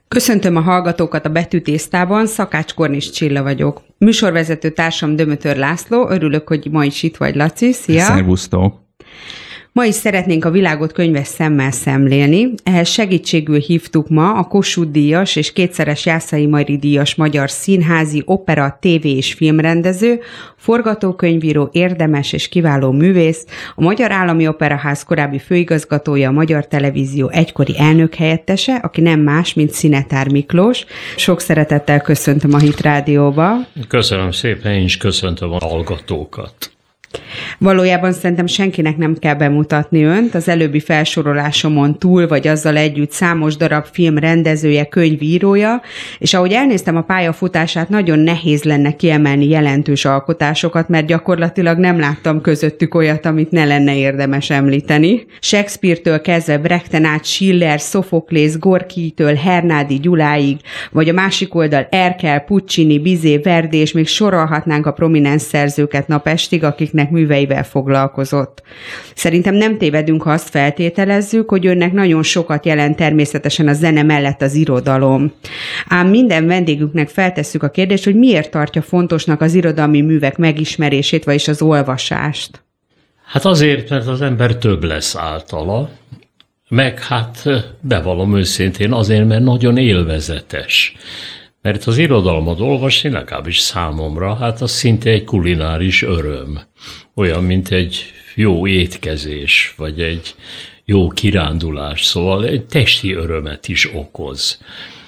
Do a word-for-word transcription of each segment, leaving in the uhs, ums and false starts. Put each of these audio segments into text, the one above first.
Köszöntöm a hallgatókat a Betűtésztában, Szakács Kornis Csilla vagyok. Műsorvezető társam Dömötör László, örülök, hogy ma is itt vagy, Laci. Szia! Szervusztok! Ma is szeretnénk a világot könyves szemmel szemlélni. Ehhez segítségül hívtuk ma a Kossuth-díjas és kétszeres Jászai Majri díjas magyar színházi, opera, tévé és filmrendező, forgatókönyvíró, érdemes és kiváló művész, a Magyar Állami Operaház korábbi főigazgatója, a Magyar Televízió egykori elnökhelyettese, aki nem más, mint Szinetár Miklós. Sok szeretettel köszöntöm a Hit Rádióba. Köszönöm szépen, én is köszöntöm a hallgatókat. Valójában szerintem senkinek nem kell bemutatni önt, az előbbi felsorolásomon túl, vagy azzal együtt számos darab film rendezője, könyvírója, és ahogy elnéztem a pályafutását, nagyon nehéz lenne kiemelni jelentős alkotásokat, mert gyakorlatilag nem láttam közöttük olyat, amit ne lenne érdemes említeni. Shakespeare-től kezdve Brechten át Schiller, Sophoklész, Gorkijtől Hernádi Gyuláig, vagy a másik oldal Erkel, Puccini, Bizet, Verdi, és még sorolhatnánk a prominens szerzőket napestig, akiknek műveivel foglalkozott. Szerintem nem tévedünk, ha azt feltételezzük, hogy önnek nagyon sokat jelent természetesen a zene mellett az irodalom. Ám minden vendégünknek feltesszük a kérdést, hogy miért tartja fontosnak az irodalmi művek megismerését, vagyis az olvasást. Hát azért, mert az ember több lesz általa, meg hát bevallom őszintén azért, mert nagyon élvezetes. Mert az irodalmat olvasni, legalábbis számomra, hát az szinte egy kulináris öröm. Olyan, mint egy jó étkezés, vagy egy jó kirándulás, szóval egy testi örömet is okoz.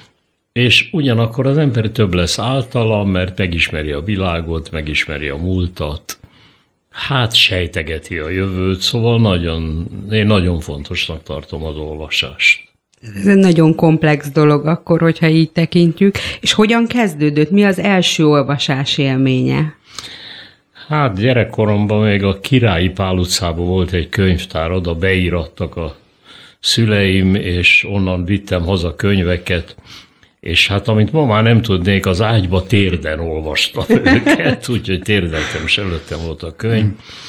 És ugyanakkor az ember több lesz általa, mert megismeri a világot, megismeri a múltat, hát sejtegeti a jövőt, szóval nagyon, én nagyon fontosnak tartom az olvasást. Ez egy nagyon komplex dolog akkor, hogyha így tekintjük. És hogyan kezdődött? Mi az első olvasás élménye? Hát gyerekkoromban még a Királyi Pál utcában volt egy könyvtár, oda beírattak a szüleim, és onnan vittem haza könyveket, és hát amit ma már nem tudnék, az ágyba térden olvastam őket, úgyhogy térdeltem, és előttem volt a könyv.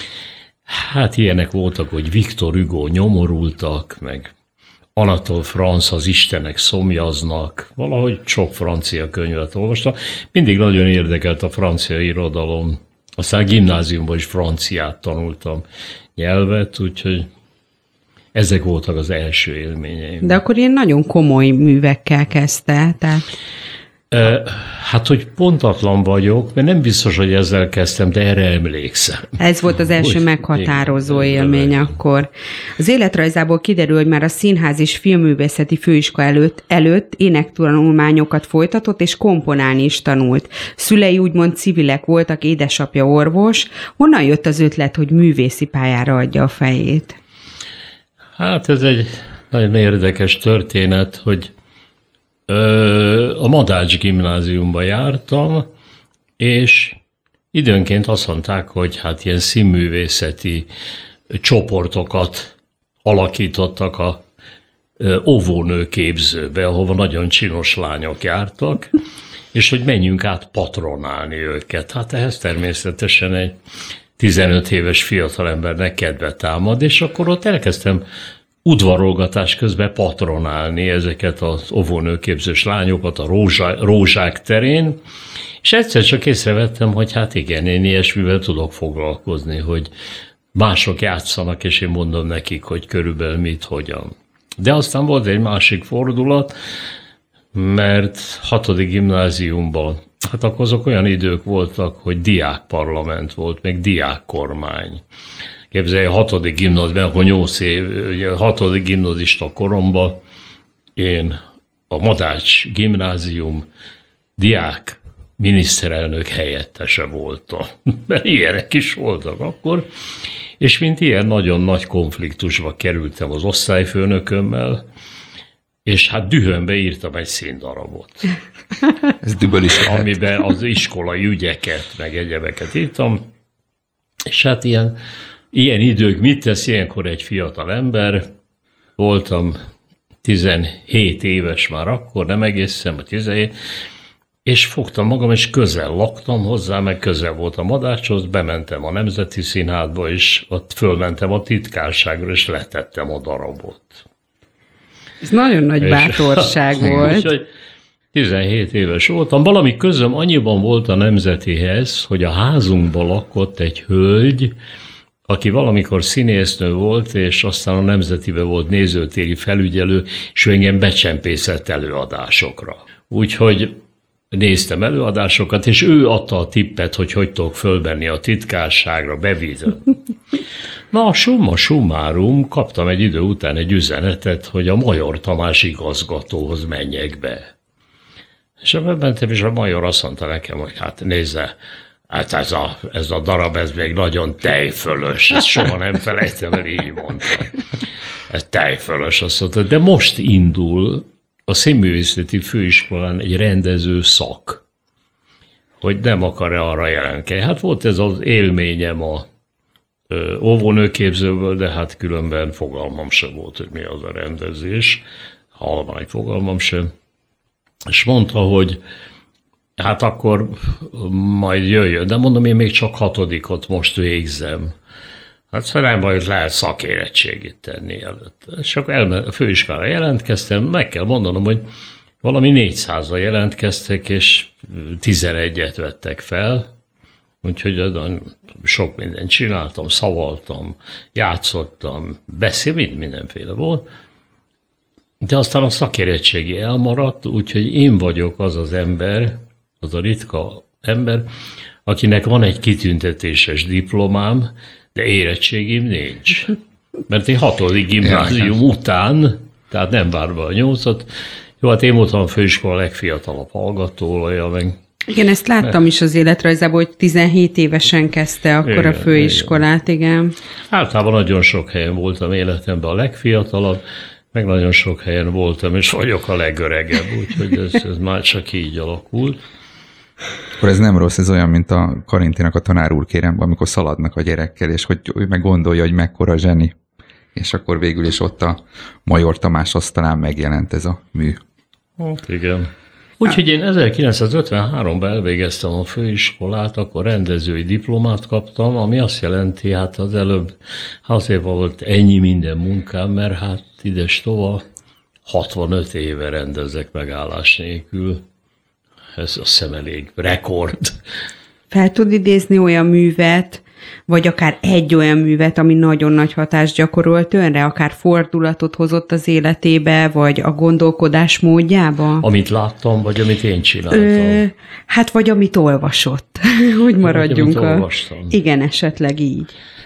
Hát ilyenek voltak, hogy Victor Hugo Nyomorultak, meg Anatole France, Az Istenek szomjaznak, valahogy sok francia könyvet olvastam. Mindig nagyon érdekelt a francia irodalom. Aztán gimnáziumban is franciát tanultam nyelvet, úgyhogy ezek voltak az első élményeim. De akkor ilyen nagyon komoly művekkel kezdte, tehát... Hát, hogy pontatlan vagyok, mert nem biztos, hogy ezzel kezdtem, de erre emlékszem. Ez volt az első Úgy, meghatározó igen, élmény akkor. Az életrajzából kiderül, hogy már a Színház és Filmművészeti Főiskola előtt, előtt énektanulmányokat folytatott, és komponálni is tanult. Szülei úgymond civilek voltak, édesapja orvos. Honnan jött az ötlet, hogy művészi pályára adja a fejét? Hát ez egy nagyon érdekes történet, hogy a Madács gimnáziumba jártam, és időnként azt mondták, hogy hát ilyen színművészeti csoportokat alakítottak a óvónőképzőbe, ahova nagyon csinos lányok jártak, és hogy menjünk át patronálni őket. Hát ehhez természetesen egy tizenöt éves fiatalembernek kedve támad, és akkor ott elkezdtem udvarolgatás közben patronálni ezeket az óvónőképzős lányokat a rózsá, rózsák terén, és egyszer csak észrevettem, hogy hát igen, én ilyesmivel tudok foglalkozni, hogy mások játszanak, és én mondom nekik, hogy körülbelül mit, hogyan. De aztán volt egy másik fordulat, mert hatodik gimnáziumban, hát akkor azok olyan idők voltak, hogy diákparlament volt, meg diákkormány. Képzelj, a hatodik gimnáziumban, akkor nyolc év, hatodik gimnazista koromban én a Madács gimnázium diák miniszterelnök helyettese voltam. Mert ilyenek is voltak akkor, és mint ilyen nagyon nagy konfliktusba kerültem az osztályfőnökömmel, és hát dühömbe írtam egy színdarabot. Ez düböl is lehet. Amiben az iskolai ügyeket, meg egyebeket írtam, és hát ilyen Ilyen idők, mit tesz ilyenkor egy fiatal ember? Voltam tizenhét éves már akkor, nem egészen, vagy tizenhét, és fogtam magam, és közel laktam hozzá, meg közel volt a Madácshoz, bementem a Nemzeti Színházba, és ott fölmentem a titkárságra, és letettem a darabot. Ez nagyon nagy bátorság volt. Úgyhogy tizenhét éves voltam. Valami közöm annyiban volt a Nemzetihez, hogy a házunkban lakott egy hölgy, aki valamikor színésznő volt, és aztán a Nemzetibe volt nézőtéri felügyelő, és ő engem becsempészett előadásokra. Úgyhogy néztem előadásokat, és ő adta a tippet, hogy hogy tudok fölbenni a titkárságra, bevizetett. Na, summa summarum, kaptam egy idő után egy üzenetet, hogy a Major Tamás igazgatóhoz menjek be. És ebben mentem, és a Major azt mondta nekem, hogy hát nézze, hát ez a, ez a darab, ez még nagyon tejfölös, ezt soha nem felejtem el, így mondta. Ez tejfölös, azt mondta, de most indul a Színművészeti Főiskolán egy rendező szak, hogy nem akar-e arra jelentkezni. Hát volt ez az élményem a ö, óvónőképzőből, de hát különben fogalmam sem volt, hogy mi az a rendezés, halvány fogalmam sem. És mondta, hogy hát akkor majd jöjjön, de mondom, én még csak hatodikot most végzem. Hát szóval nem baj, lehet szakérettségit tenni előtt. És akkor elme- a főiskolára jelentkeztem, meg kell mondanom, hogy valami négyszázan jelentkeztek, és tizenegyet vettek fel, úgyhogy sok mindent csináltam, szavaltam, játszottam, beszél, mind, mindenféle volt. De aztán a szakérettségi elmaradt, úgyhogy én vagyok az az ember, az a ritka ember, akinek van egy kitüntetéses diplomám, de érettségim nincs. Mert én hatodik gimnázium után, tehát nem várva a nyolcat, jó, hát én voltam a főiskola legfiatalabb hallgatója, meg... Igen, ezt láttam is az életrajzából, hogy tizenhét évesen kezdte akkor igen, a főiskolát, igen. igen. Általában nagyon sok helyen voltam életemben a legfiatalabb, meg nagyon sok helyen voltam, és vagyok a legöregebb, úgyhogy ez, ez már csak így alakult. Akkor ez nem rossz, ez olyan, mint a Karintinak a Tanár úr kérem, amikor szaladnak a gyerekkel, és hogy ő meg gondolja, hogy mekkora zseni. És akkor végül is ott a Major Tamás asztalán megjelent ez a mű. Hát igen. Úgyhogy én ezerkilencszázötvenháromban elvégeztem a főiskolát, akkor rendezői diplomát kaptam, ami azt jelenti, hát az előbb azért volt ennyi minden munkám, mert hát ides tova hatvanöt éve rendezek megállás nélkül. Ez azt hiszem elég rekord. Fel tud idézni olyan művet, vagy akár egy olyan művet, ami nagyon nagy hatást gyakorolt önre, akár fordulatot hozott az életébe, vagy a gondolkodás módjába? Amit láttam, vagy amit én csináltam? Ö, hát vagy amit olvasott, hogy maradjunk vagy, a... olvastam. Igen, esetleg így.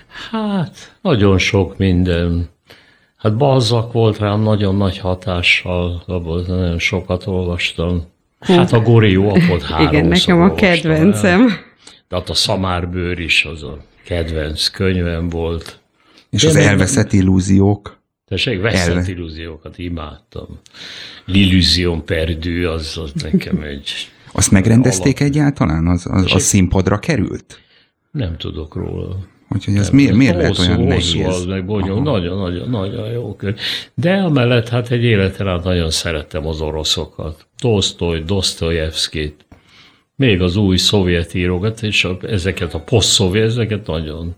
Hát, nagyon sok minden. Hát Balzac volt rám nagyon nagy hatással, abban nagyon sokat olvastam. Hát a Gorió apot háromszor igen, nekem a kedvencem. El. De hát a Szamárbőr is az a kedvenc könyvem volt. És de az elveszett illúziók? Tessék, veszett Elve... illúziókat imádtam. L'illusion perdue, az, az nekem egy... Azt megrendezték alap... egyáltalán? Az, az, az színpadra került? Nem tudok róla. Úgyhogy ez miért, miért lehet olyan nehéz? Hosszú, meg bonyolult, nagyon, nagyon, nagyon jó könyv. De amellett hát egy életen át nagyon szerettem az oroszokat. Tolsztoj, Dosztojevszkit, még az új szovjet írókat, és ezeket a poszt-szovjet, ezeket nagyon,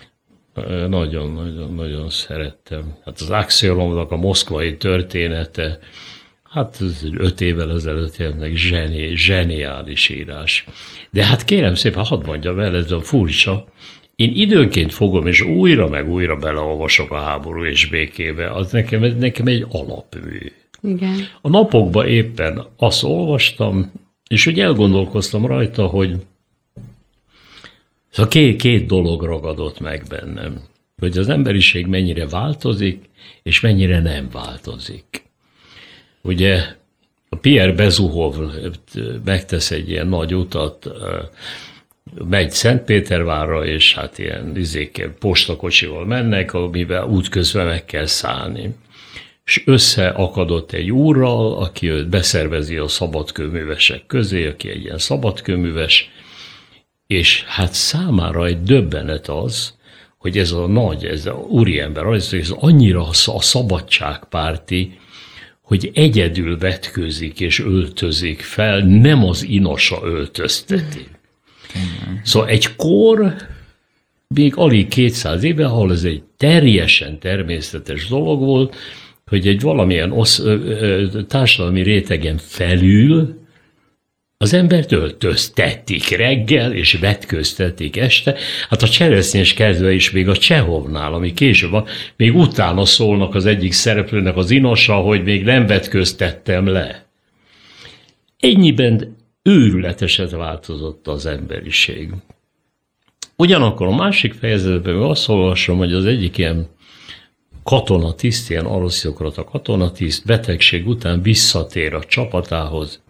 nagyon, nagyon, nagyon szerettem. Hát az Axiolomnak a moszkvai története, hát ez öt évvel ezelőtt jelent zseni, zseniális írás. De hát kérem szépen, hadd mondjam el, ez a furcsa, én időnként fogom, és újra meg újra beleolvasok a Háború és békébe, az nekem, nekem egy alapmű. Igen. A napokban éppen azt olvastam, és úgy elgondolkoztam rajta, hogy szóval két, két dolog ragadott meg bennem, hogy az emberiség mennyire változik, és mennyire nem változik. Ugye a Pierre Bezukhov megtesz egy ilyen nagy utat, megy Szentpétervárra, és hát ilyen izékkel, postakocsival mennek, amivel útközben meg kell szállni. És összeakadott egy úrral, aki őt beszervezi a szabadkőművesek közé, aki egy ilyen szabadkőműves, és hát számára egy döbbenet az, hogy ez a nagy, ez a úriember, ez annyira a szabadságpárti, hogy egyedül vetkőzik és öltözik fel, nem az inosa öltözteti. Szóval egy kor, még alig kétszáz éve, ahol ez egy teljesen természetes dolog volt, hogy egy valamilyen osz, ö, ö, társadalmi rétegen felül az embert öltöztetik reggel, és vetköztetik este. Hát a Cseresznyés kedve is még a Csehovnál, ami később van, még utána szólnak az egyik szereplőnek az inosra, hogy még nem vetköztettem le. Ennyiben őrületeset változott az emberiség. Ugyanakkor a másik fejezetben azt olvasom, hogy az egyik ilyen katonatiszt, ilyen arisztokrata katonatiszt betegség után visszatér a csapatához,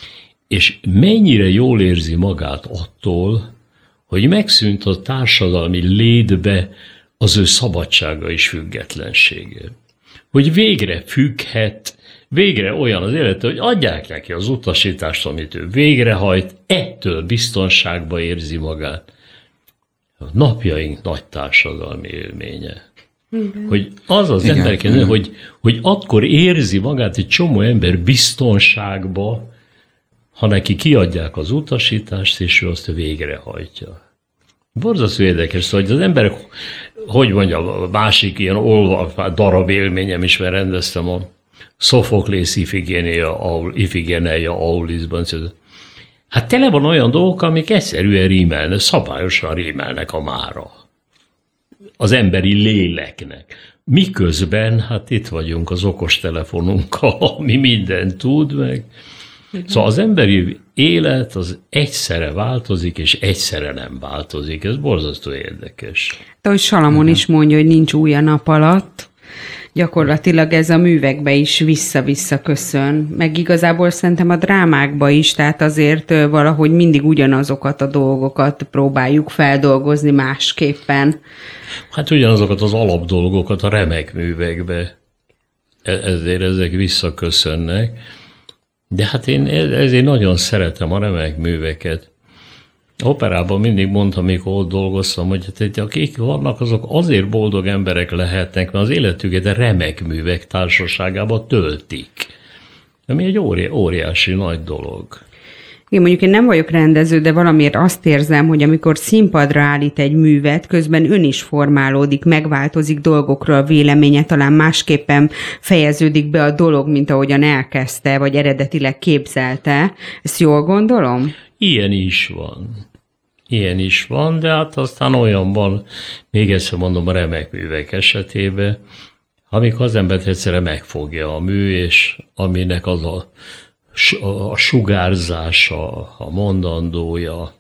és mennyire jól érzi magát attól, hogy megszűnt a társadalmi létbe az ő szabadsága és függetlensége. Hogy végre függhet, végre olyan az élete, hogy adják neki az utasítást, amit ő végrehajt, ettől biztonságba érzi magát. A napjaink nagy társadalmi élménye. Igen. Hogy az az ember, hogy, hogy akkor érzi magát egy csomó ember biztonságba, ha neki kiadják az utasítást, és ő azt végrehajtja. Borzasztó érdekes, szóval az emberek, hogy mondjam, a másik ilyen olva, darab élményem is, mert rendeztem a Sophoklész Ifigéneia Aulisban. Hát tele van olyan dolgok, amik egyszerűen rímelnek, szabályosan rímelnek a mára. Az emberi léleknek. Miközben, hát itt vagyunk az okostelefonunkkal, ami mindent tud meg. Igen. Szóval az emberi élet az egyszerre változik, és egyszerre nem változik. Ez borzasztó érdekes. De hogy Salamon uh-huh. is mondja, hogy nincs új a nap alatt, gyakorlatilag ez a művekbe is vissza-vissza köszön. Meg igazából szerintem a drámákba is, tehát azért valahogy mindig ugyanazokat a dolgokat próbáljuk feldolgozni másképpen. Hát ugyanazokat az alapdolgokat a remek művekbe. Ezért ezek visszaköszönnek. De hát én ezért nagyon szeretem a remek műveket. Operában mindig mondtam, amikor ott dolgoztam, hogy hát, akik vannak, azok azért boldog emberek lehetnek, mert az életüket a remek művek társaságában töltik. Ami egy óri- óriási nagy dolog. Igen, mondjuk én nem vagyok rendező, de valamiért azt érzem, hogy amikor színpadra állít egy művet, közben ön is formálódik, megváltozik dolgokról a véleménye, talán másképpen fejeződik be a dolog, mint ahogyan elkezdte, vagy eredetileg képzelte. Ezt jól gondolom? Ilyen is van. Ilyen is van, de hát aztán olyan van, még egyszer mondom, a remek művek esetében, amikor az embert egyszerűen megfogja a mű, és aminek az a a sugárzása, a mondandója,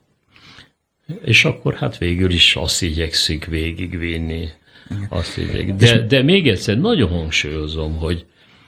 és akkor hát végül is azt igyekszik végigvinni. Azt igyekszik. De, de még egyszer nagyon hangsúlyozom, hogy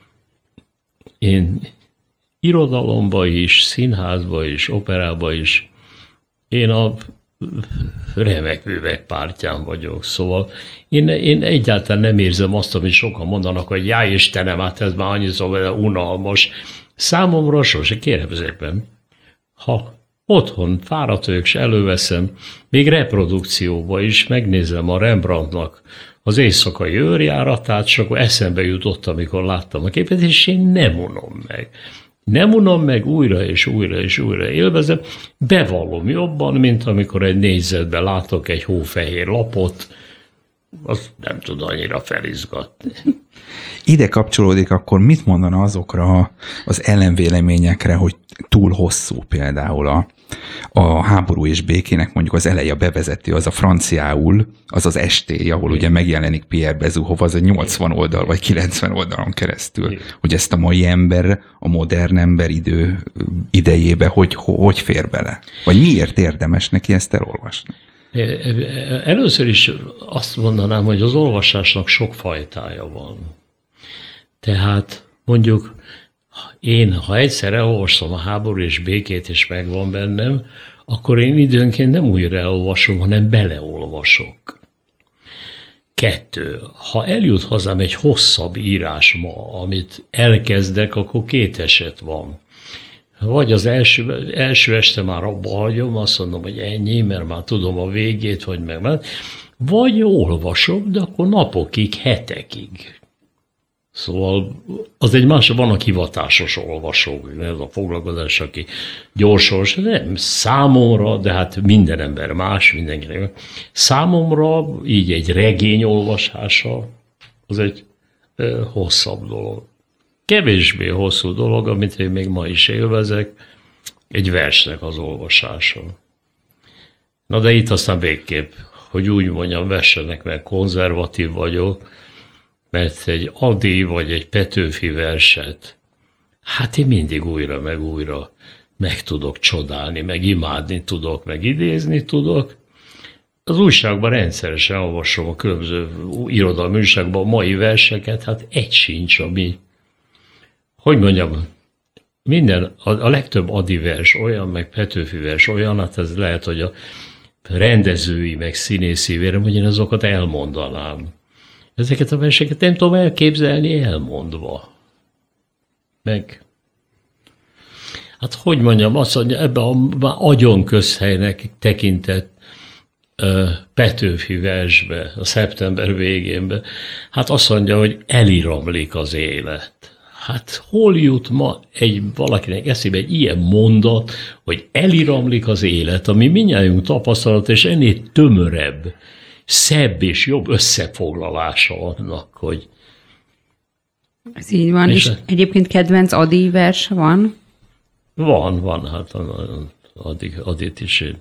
én irodalomba is, színházba is, operába is, én a remek művek pártján vagyok. Szóval én, én egyáltalán nem érzem azt, amit sokan mondanak, hogy já Istenem, hát ez már annyiszor unalmas. Számomra sose, kérem szépen, ha otthon fáradt vagyok, és előveszem, még reprodukcióba is megnézem a Rembrandtnak az éjszakai őrjáratát, és akkor eszembe jutott, amikor láttam a képet, és én nem unom meg. Nem unom meg, újra és újra és újra élvezem, bevallom jobban, mint amikor egy négyzetben látok egy hófehér lapot, azt nem tud annyira felizgatni. Ide kapcsolódik, akkor mit mondana azokra az ellenvéleményekre, hogy túl hosszú például a, a háború és békének mondjuk az eleje, a bevezető, az a franciául, az az esté, ahol ugye megjelenik Pierre Bezukhov, az egy nyolcvan oldal vagy kilencven oldalon keresztül, Igen. hogy ezt a mai ember, a modern ember idő, idejébe hogy, hogy fér bele? Vagy miért érdemes neki ezt elolvasni? Először is azt mondanám, hogy az olvasásnak sok fajtája van. Tehát mondjuk én, ha egyszer elolvasom a háború és békét, és megvan bennem, akkor én időnként nem újra elolvasom, hanem beleolvasok. Kettő. Ha eljut hozzám egy hosszabb írás ma, amit elkezdek, akkor két eset van. Vagy az első, első este már abba hagyom, azt mondom, hogy ennyi, mert már tudom a végét, hogy meg már. Vagy olvasom, de akkor napokig, hetekig. Szóval az egy más, vannak hivatásos olvasók, ez a foglalkozás, aki gyorsos, nem számomra, de hát minden ember más, mindenkinek. Számomra így egy regény olvasása, az egy hosszabb dolog. Kevésbé hosszú dolog, amit én még ma is élvezek, egy versnek az olvasása. Na de itt aztán végképp, hogy úgy mondjam, vessenek meg, konzervatív vagyok, mert egy Ady vagy egy Petőfi verset, hát én mindig újra meg újra meg tudok csodálni, meg imádni tudok, meg idézni tudok. Az újságban rendszeresen olvasom a különböző irodalmi újságban a mai verseket, hát egy sincs, ami, hogy mondjam, minden, a, a legtöbb Ady vers olyan, meg Petőfi vers olyan, hát ez lehet, hogy a rendezői, meg színészi vérem, hogy én azokat elmondanám. Ezeket a verseket nem tudom elképzelni elmondva. Meg, hát hogy mondjam, azt mondja, ebben a agyon közhelynek tekintett uh, Petőfi versbe, a szeptember végénbe, hát azt mondja, hogy eliramlik az élet. Hát hol jut ma egy valakinek eszébe egy ilyen mondat, hogy eliramlik az élet, ami mindnyájunk tapasztalat, és ennél tömörebb, szebb és jobb összefoglalása annak, hogy... Ez így van, és, és egyébként kedvenc Ady vers van? Van, van, hát Ady, Adyt is én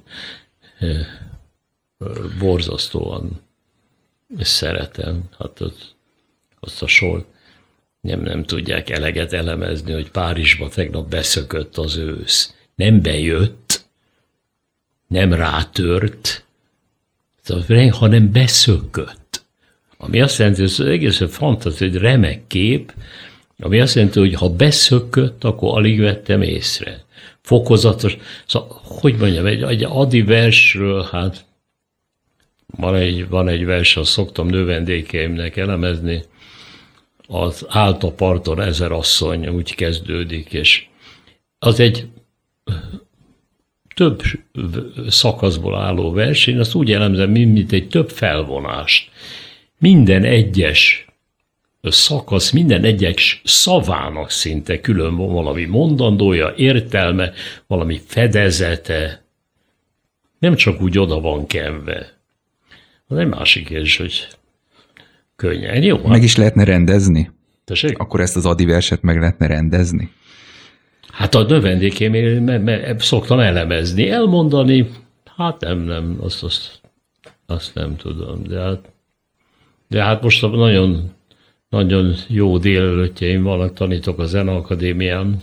borzasztóan szeretem, hát ott, azt a sor nem, nem tudják eleget elemezni, hogy Párizsba tegnap beszökött az ősz. Nem bejött, nem rátört, hanem beszökött. Ami azt jelenti, hogy ez egészen fantasztikus, egy remek kép, ami azt jelenti, hogy ha beszökött, akkor alig vettem észre. Fokozatos. Szóval, hogy mondjam, egy, egy Ady versről, hát van egy, van egy vers, azt szoktam növendékeimnek elemezni, az állt a parton ezer asszony, úgy kezdődik, és az egy több szakaszból álló vers, én azt úgy elemzem, mint egy több felvonást. Minden egyes szakasz, minden egyes szavának szinte külön van valami mondandója, értelme, valami fedezete. Nem csak úgy oda van kenve. Az egy másik is, hogy könnyen. Jó, meg is lehetne rendezni? Tessék? Akkor ezt az Ady verset meg lehetne rendezni? Hát a növendékém szoktam elemezni, elmondani, hát nem, nem, azt, azt, azt nem tudom, de hát, de hát most nagyon, nagyon jó délelőttjeim vannak, tanítok a Zeneakadémián,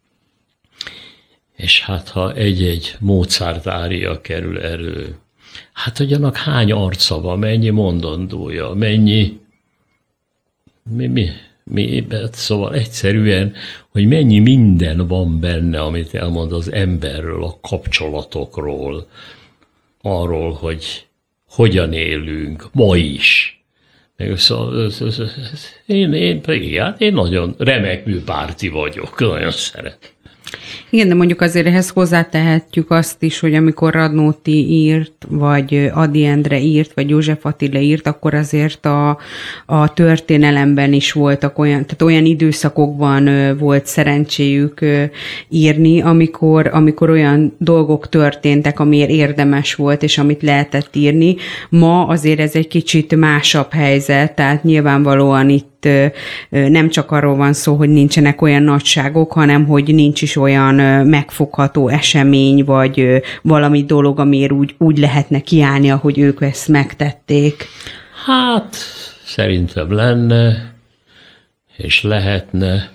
és hát ha egy-egy Mozart ária kerül elő, hát hogy annak hány arca van, mennyi mondandója, mennyi, mi, mi, mi, szóval egyszerűen, hogy mennyi minden van benne, amit elmond az emberről, a kapcsolatokról, arról, hogy hogyan élünk, ma is. Szóval, én, én, én, én nagyon remek műpárti vagyok, nagyon szeretem. Igen, de mondjuk azért ehhez hozzátehetjük azt is, hogy amikor Radnóti írt, vagy Ady Endre írt, vagy József Attila írt, akkor azért a, a történelemben is voltak olyan, tehát olyan időszakokban volt szerencséjük írni, amikor, amikor olyan dolgok történtek, amiért érdemes volt, és amit lehetett írni. Ma azért ez egy kicsit másabb helyzet, tehát nyilvánvalóan itt nem csak arról van szó, hogy nincsenek olyan nagyságok, hanem hogy nincs is olyan megfogható esemény, vagy valami dolog, amiért úgy, úgy lehetne kiállni, ahogy ők ezt megtették. Hát, szerintem lenne, és lehetne,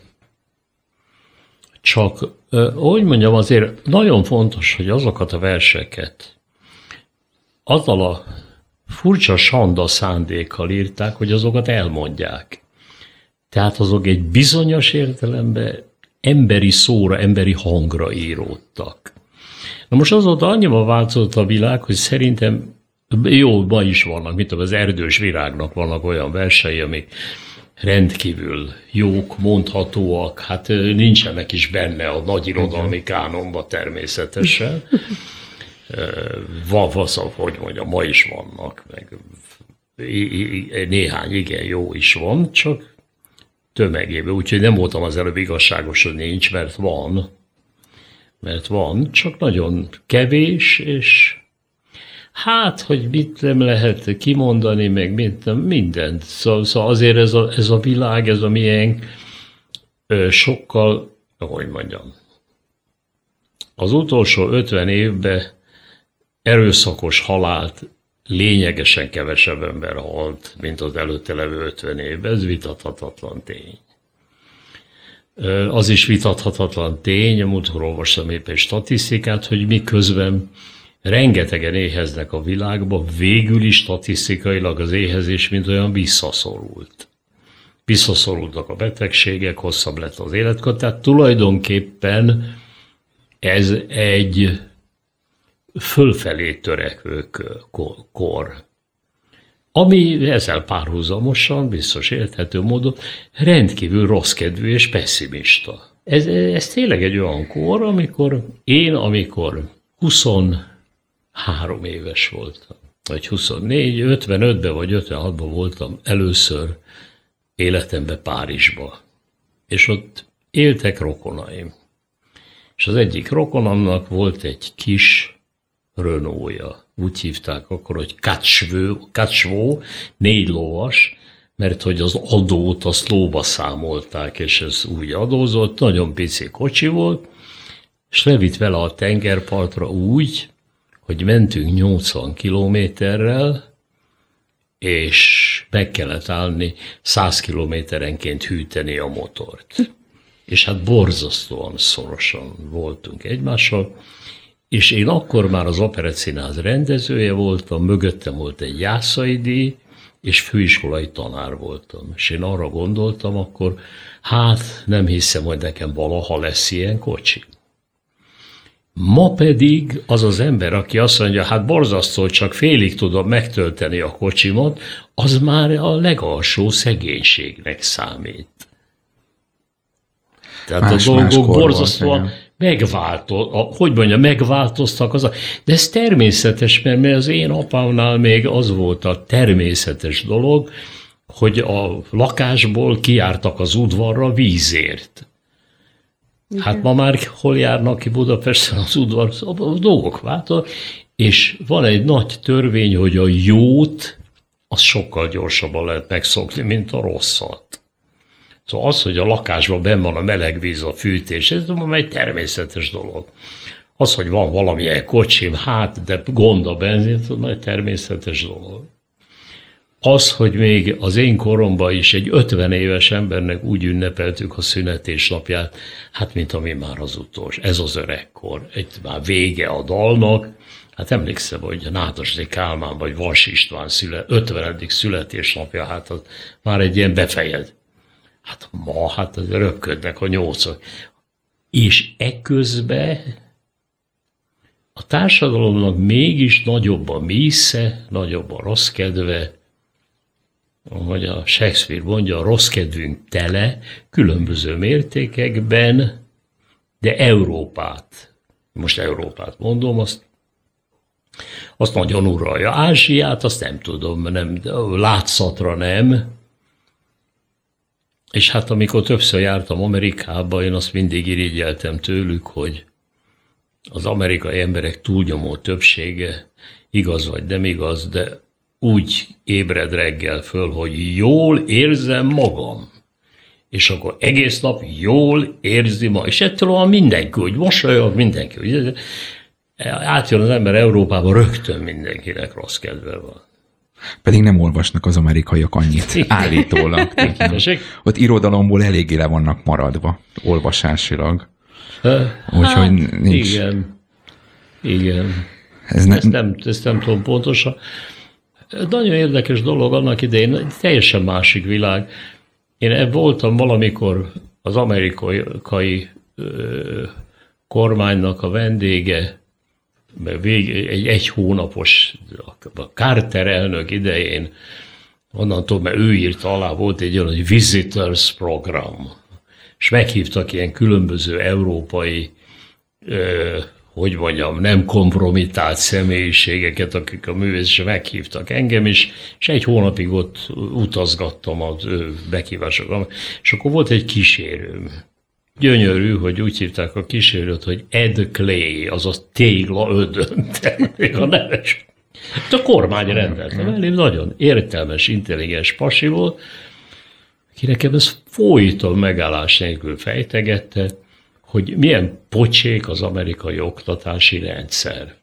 csak, hogy mondjam, azért nagyon fontos, hogy azokat a verseket azzal a furcsa sanda szándékkal írták, hogy azokat elmondják. Tehát azok egy bizonyos értelemben emberi szóra, emberi hangra íródtak. Na most azóta annyiban változott a világ, hogy szerintem jó, ma is vannak, mint az Erdős Virágnak vannak olyan versei, amik rendkívül jók, mondhatóak, hát nincsenek is benne a nagy irodalmi kánonban természetesen. Van, hogy mondjam, ma is vannak, meg néhány igen jó is van, csak tömegében, úgyhogy nem voltam az előbb igazságos, hogy nincs, mert van, mert van, csak nagyon kevés, és Hát, hogy mit nem lehet kimondani, meg mit nem, mindent. Szóval, szóval azért ez a, ez a világ, ez a miénk sokkal, hogy mondjam, az utolsó ötven évben erőszakos halált lényegesen kevesebb ember halt, mint az előtte levő ötven évben. Ez vitathatatlan tény. Az is vitathatatlan tény, a múltkor olvastam épp egy statisztikát, hogy miközben rengetegen éheznek a világban, végül is statisztikailag az éhezés mint olyan visszaszorult. Visszaszorultak a betegségek, hosszabb lett az életkor, tehát tulajdonképpen ez egy fölfelé törekvő kor, ami ezzel párhuzamosan, biztos érthető módon rendkívül rosszkedvű és pessimista. Ez, ez tényleg egy olyan kor, amikor én, amikor huszonhárom éves voltam, vagy huszonnégy, ötvenötben vagy ötvenhatban voltam először életemben Párizsba, és ott éltek rokonaim. És az egyik rokonamnak volt egy kis Renault-ja. Úgy hívták akkor, hogy Kacsvó, négy lovas, mert hogy az adót azt lóba számolták, és ez úgy adózott, nagyon pici kocsi volt, és levitt vele a tengerpartra úgy, hogy mentünk nyolcvan kilométerrel, és meg kellett állni száz kilométerenként hűteni a motort. És hát borzasztóan szorosan voltunk egymással, és én akkor már az Operettszínház rendezője voltam, mögöttem volt egy Jászai díj, és főiskolai tanár voltam. És én arra gondoltam akkor, hát nem hiszem, hogy nekem valaha lesz ilyen kocsi. Ma pedig az az ember, aki azt mondja, hát borzasztó, csak félig tudom megtölteni a kocsimat, az már a legalsó szegénységnek számít. Tehát más, a dolgok borzasztóan megváltoztak, hogy mondja, megváltoztak. Az a, de ez természetes, mert, mert az én apámnál még az volt a természetes dolog, hogy a lakásból kijártak az udvarra vízért. Igen. Hát ma már hol járnak ki Budapesten az udvar, a dolgok változnak, és van egy nagy törvény, hogy a jót az sokkal gyorsabban lehet megszokni, mint a rosszat. Szóval az, hogy a lakásban benn van a meleg víz, a fűtés, ez egy természetes dolog. Az, hogy van valamilyen kocsim, hát, de gond a benzin, ez egy természetes dolog. Az, hogy még az én koromban is egy ötven éves embernek úgy ünnepeltük a születésnapját, hát mint ami már az utolsó. Ez az öregkor, egy már vége a dalnak. Hát emlékszem, hogy Nádasdy Kálmán vagy Vas István szüle, ötvenedik születésnapja, hát az már egy ilyen befejez. Hát ma, hát röpködnek a nyolcak. És eközben a társadalomnak mégis nagyobb a mísze, nagyobb a rossz kedve, ahogy a Shakespeare mondja, a rossz kedvünk tele, különböző mértékekben, de Európát, most Európát mondom, azt, azt nagyon uralja. Ázsiát, azt nem tudom, nem, látszatra nem. És hát amikor többször jártam Amerikába, én azt mindig irigyeltem tőlük, hogy az amerikai emberek túlnyomó többsége, igaz vagy nem igaz, de úgy ébred reggel föl, hogy jól érzem magam. És akkor egész nap jól érzi ma. És ettől van mindenki, hogy mosolyog mindenki. Hogy átjön az ember Európába, rögtön mindenkinek rossz kedve van. Pedig nem olvasnak az amerikaiak annyit, állítólag. Ott irodalomból eléggé le vannak maradva, olvasásilag. Úgyhogy hát, nincs... Igen, igen. Ez ne... ezt, nem, ezt nem tudom pontosan. Nagyon érdekes dolog annak idején, teljesen másik világ. Én voltam valamikor az amerikai ö, kormánynak a vendége, Vég, egy egy hónapos a Carter elnök idején, onnantól, mert ő írta alá, volt egy olyan, hogy Visitors Program, és meghívtak ilyen különböző európai, ö, hogy mondjam, nem kompromittált személyiségeket, akik a művészésre meghívtak engem is, és egy hónapig ott utazgattam az ő meghívásokat, és akkor volt egy kísérőm. Gyönyörű, hogy úgy hívták a kísérőt, hogy Ed Clay, azaz tégla ödön, még a neves. A kormány rendelte mellé, nagyon értelmes, intelligens pasi volt, ki nekem ez folyton megállás nélkül fejtegette, hogy milyen pocsék az amerikai oktatási rendszer.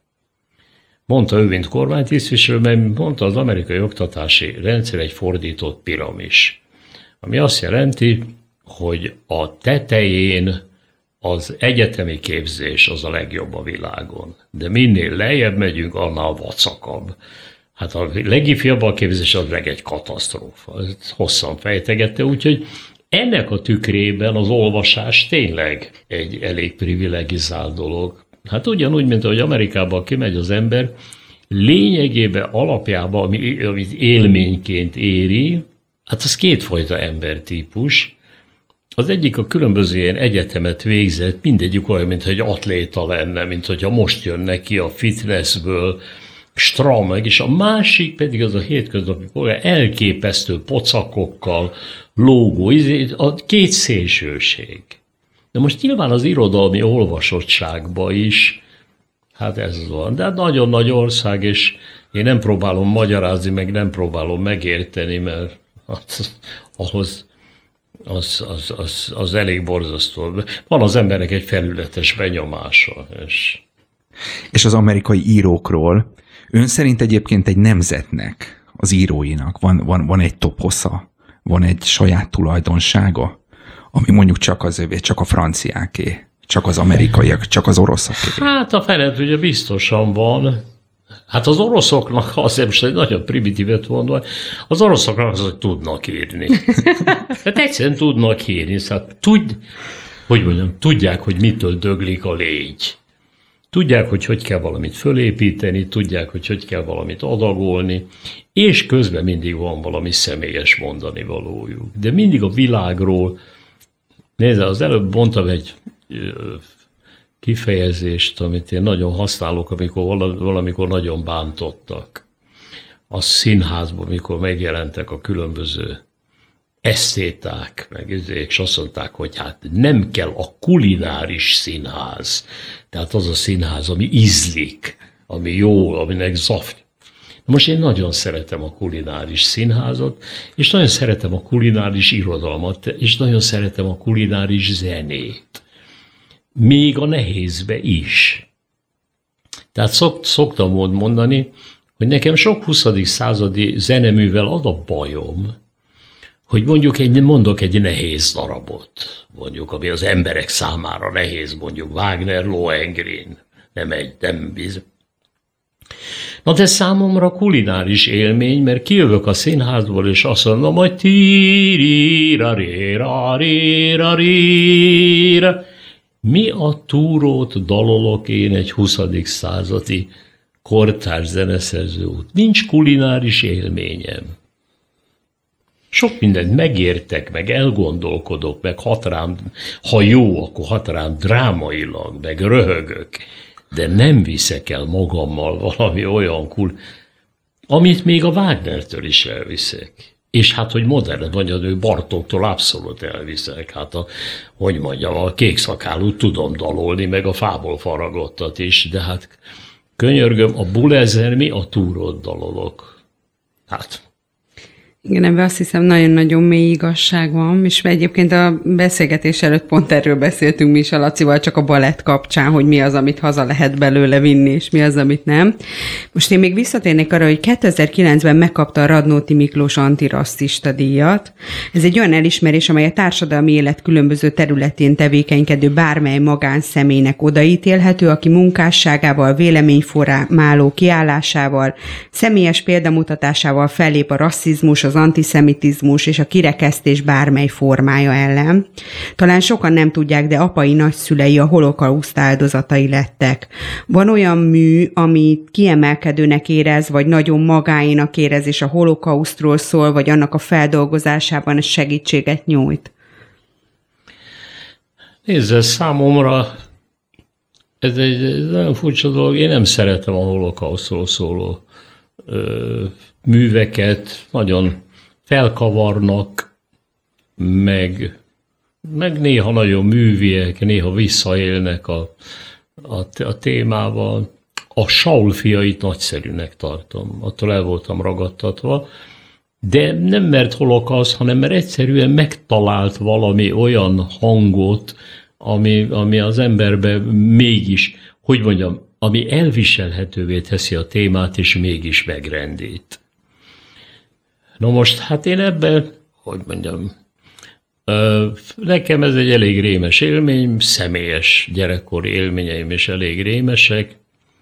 Mondta ő, mint kormánytisztviselő, mert mondta, az amerikai oktatási rendszer egy fordított piramis, ami azt jelenti, hogy a tetején az egyetemi képzés az a legjobb a világon. De minél lejjebb megyünk, annál vacakabb. Hát a legifjabb a képzés az meg egy katasztrófa. Ezt hosszan fejtegette, úgyhogy ennek a tükrében az olvasás tényleg egy elég privilegizált dolog. Hát ugyanúgy, mint ahogy Amerikában kimegy az ember, lényegében, alapjában, amit élményként éri, hát az kétfajta embertípus. Az egyik a különböző ilyen egyetemet végzett, mindegyik olyan, mintha egy atléta lenne, mint hogyha most jön neki a fitnessből, strameg, és a másik pedig az a hétköznapi polgár elképesztő pocakokkal, lógó, a két szélsőség. De most nyilván az irodalmi olvasottságban is, hát ez van, de nagyon nagy ország, és én nem próbálom magyarázni, meg nem próbálom megérteni, mert az, ahhoz az, az, az, az elég borzasztó. Van az embernek egy felületes benyomása. És, és az amerikai írókról ön szerint egyébként egy nemzetnek, az íróinak van, van, van egy toposza, van egy saját tulajdonsága, ami mondjuk csak az övé, csak a franciáké, csak az amerikaiak, csak az oroszoké. Hát a felet ugye biztosan van. Hát az oroszoknak, azért most egy nagyon primitívet mondva, az oroszoknak az, hogy tudnak írni. Hát egyszerűen tudnak írni, szóval tud, hogy mondjam, tudják, hogy mitől döglik a légy. Tudják, hogy hogy kell valamit fölépíteni, tudják, hogy hogy kell valamit adagolni, és közben mindig van valami személyes mondani valójuk. De mindig a világról, nézd, az előbb mondtam egy kifejezést, amit én nagyon használok, amikor valamikor nagyon bántottak. A színházban, amikor megjelentek a különböző esztéták, meg és azt mondták, hogy hát nem kell a kulináris színház, tehát az a színház, ami ízlik, ami jó, aminek zaft. Most én nagyon szeretem a kulináris színházat, és nagyon szeretem a kulináris irodalmat, és nagyon szeretem a kulináris zenét. Még a nehézbe is. Tehát szok, szoktam volt mondani, hogy nekem sok huszadik századi zeneművel az a bajom, hogy mondjuk egy, mondok egy nehéz darabot, mondjuk, ami az emberek számára nehéz, mondjuk Wagner, Lohengrin, nem egy, nem biz. Na de számomra kulináris élmény, mert kijövök a színházból, és azt mondom, hogy tí-ri-ra-ri-ra-ri-ra-ri-ra. Mi a túrót dalolok én egy huszadik századi kortárs zeneszerző út? Nincs kulináris élményem. Sok mindent megértek, meg elgondolkodok, meg hat rám, ha jó, akkor hat rám drámailag, meg röhögök, de nem viszek el magammal valami olyan kul, amit még a Wagnertől is elviszek. És hát, hogy modern vagy, ő Bartóktól abszolút elviszek. Hát, a, hogy mondjam, a kékszakálút tudom dalolni, meg a fából faragottat is, de hát könyörgöm, a Bulezer mi a túrót dalolok. Hát... Igen, ebben azt hiszem nagyon-nagyon mély igazság van, és egyébként a beszélgetés előtt pont erről beszéltünk mi is a Lacival, csak a balett kapcsán, hogy mi az, amit haza lehet belőle vinni, és mi az, amit nem. Most én még visszatérnék arra, hogy kétezer-kilencben megkapta a Radnóti Miklós antirasszista díjat. Ez egy olyan elismerés, amely a társadalmi élet különböző területén tevékenykedő bármely magánszemélynek odaítélhető, aki munkásságával, véleményformáló kiállásával, személyes példamutatásával fellép a rasszizmus, az antiszemitizmus és a kirekesztés bármely formája ellen. Talán sokan nem tudják, de apai nagyszülei a holokauszt áldozatai lettek. Van olyan mű, amit kiemelkedőnek érez, vagy nagyon magáénak érez, és a holokausztról szól, vagy annak a feldolgozásában segítséget nyújt? Nézd, számomra ez egy nagyon furcsa dolog. Én nem szeretem a holokausztról szóló ö, műveket, nagyon felkavarnak, meg, meg néha nagyon műviek, néha visszaélnek a, a, a témával. A Saul fiait nagyszerűnek tartom, attól el voltam ragadtatva, de nem mert holokauszt, hanem mert egyszerűen megtalált valami olyan hangot, ami, ami az emberbe mégis, hogy mondjam, ami elviselhetővé teszi a témát, és mégis megrendít. Na most, hát én ebben, hogy mondjam, nekem ez egy elég rémes élmény, személyes gyerekkori élményeim is elég rémesek.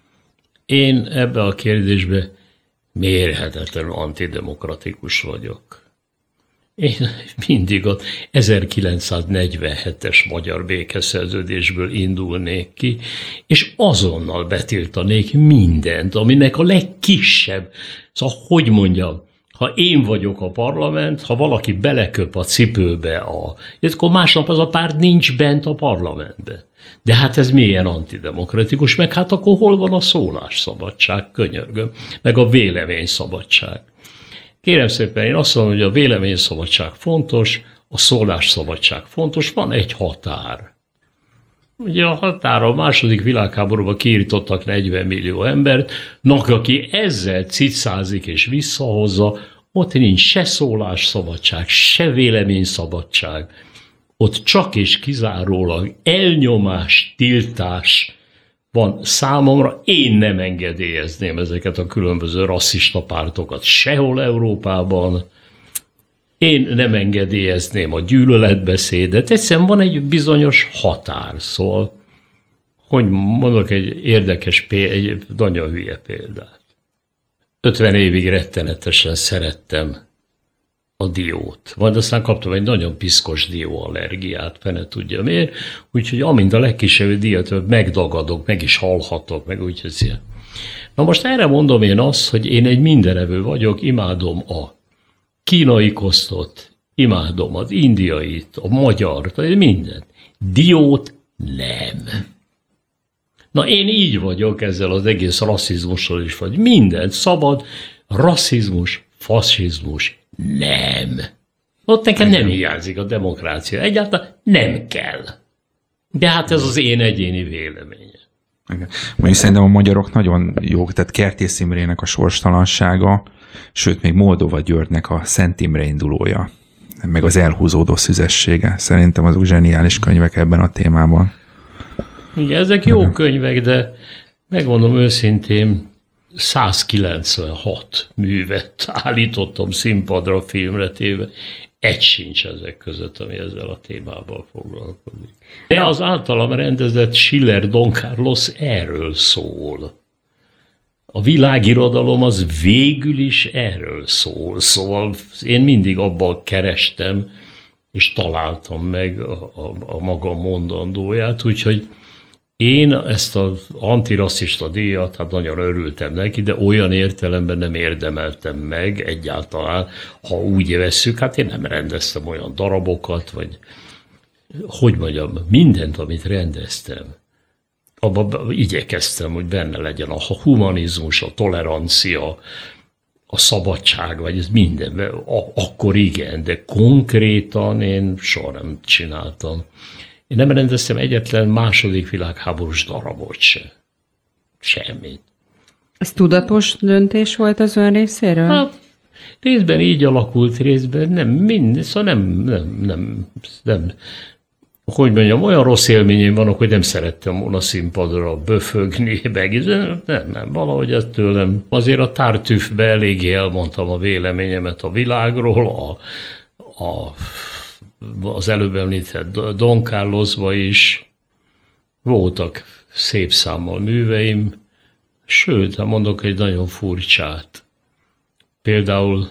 Én ebbe a kérdésbe mérhetetlenül antidemokratikus vagyok. Én mindig az ezerkilencszáznegyvenhetes magyar békeszerződésből indulnék ki, és azonnal betiltanék mindent, aminek a legkisebb, szóval hogy mondjam, ha én vagyok a parlament, ha valaki beleköp a cipőbe, a, akkor másnap az a párt nincs bent a parlamentben. De hát ez milyen antidemokratikus, meg hát akkor hol van a szólásszabadság, könyörgöm, meg a véleményszabadság. Kérem szépen, én azt mondom, hogy a véleményszabadság fontos, a szólásszabadság fontos, van egy határ. Ugye a határa a második világháborúban kiirtottak negyven millió embert, nak aki ezzel cicázik és visszahozza, ott nincs se szólásszabadság, se véleményszabadság. Ott csak és kizárólag elnyomás, tiltás van számomra. Én nem engedélyezném ezeket a különböző rasszista pártokat sehol Európában. Én nem engedélyezném a gyűlöletbeszédet. Egyszerűen van egy bizonyos határ, szóval, hogy mondok egy érdekes, egy nagyon hülye példát. ötven évig rettenetesen szerettem a diót. Majd aztán kaptam egy nagyon piszkos dióallergiát, fene tudja miért, úgyhogy amint a legkisebb diót megdagadok, meg is halhatok, meg úgyhogy. Na most erre mondom én azt, hogy én egy mindenevő vagyok, imádom a kínai kosztot, imádom az indiait, a magyart, mindent. Diót nem. Na én így vagyok ezzel az egész rasszizmussal is, vagy mindent szabad, rasszizmus, faszizmus nem. Ott nekem nem hiányzik a demokrácia. Egyáltalán nem kell. De hát ez az én egyéni véleményem. Mondjuk szerintem a magyarok nagyon jók, tehát Kertész Imrének a sorstalansága, sőt még Moldova Györgynek a Szent Imre indulója, meg az elhúzódó szüzessége. Szerintem azok zseniális könyvek ebben a témában. Igen, ezek jó könyvek, de megmondom őszintén, százkilencvenhat művet állítottam színpadra, filmre téve, egy sincs ezek között, ami ezzel a témával foglalkozik. De az általam rendezett Schiller Don Carlos erről szól. A világirodalom az végül is erről szól. Szóval én mindig abban kerestem, és találtam meg a, a, a maga mondandóját, úgyhogy én ezt az antirasszista díjat, hát nagyon örültem neki, de olyan értelemben nem érdemeltem meg egyáltalán, ha úgy vesszük, hát én nem rendeztem olyan darabokat, vagy hogy mondjam, mindent, amit rendeztem, abban igyekeztem, hogy benne legyen a humanizmus, a tolerancia, a szabadság, vagy ez mindenben, akkor igen, de konkrétan én soha nem csináltam. Én nem rendeztem egyetlen második világháborús darabot se. Semmit. Ez tudatos döntés volt az ön részéről? Hát, részben így alakult, részben nem, mind, szóval nem, nem, nem, nem, hogy mondjam, olyan rossz élményeim vannak, hogy nem szerettem volna színpadra böfögni, meg, nem, nem, valahogy ez tőlem. Azért a Tartüffbe eléggé elmondtam a véleményemet a világról, a, a az előbb említett Don Carlosba is voltak szép számmal műveim, sőt, ha mondok egy nagyon furcsát. Például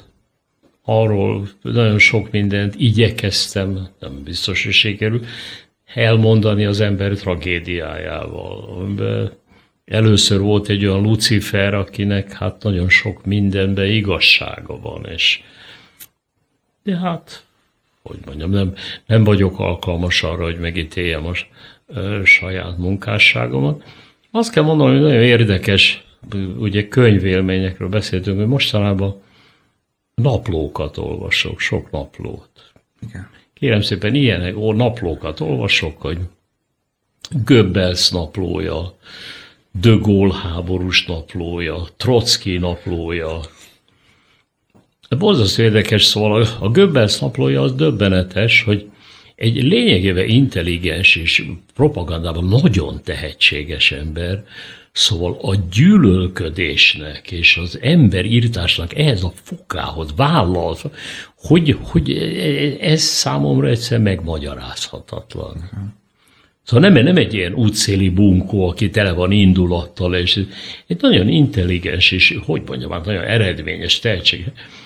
arról nagyon sok mindent igyekeztem, nem biztos, hogy sikerül, elmondani az ember tragédiájával. Először volt egy olyan Lucifer, akinek hát nagyon sok mindenben igazsága van, és de hát hogy mondjam, nem, nem vagyok alkalmas arra, hogy megítéljem a saját munkásságomat. Azt kell mondanom, hogy nagyon érdekes, ugye könyvélményekről beszéltünk, hogy mostanában naplókat olvasok, sok naplót. Igen. Kérem szépen, ilyenek, ó, naplókat olvasok, hogy Goebbels naplója, De Gaulle háborús naplója, Trotsky naplója. Borzasztó érdekes, szóval a Goebbels naplója az döbbenetes, hogy egy lényegében intelligens és propagandában nagyon tehetséges ember, szóval a gyűlölködésnek és az emberírtásnak ehhez a fokához vállal, hogy, hogy ez számomra egyszer megmagyarázhatatlan. Szóval nem, nem egy ilyen útszéli bunkó, aki tele van indulattal, és egy nagyon intelligens és, hogy mondjam, hát nagyon eredményes tehetség,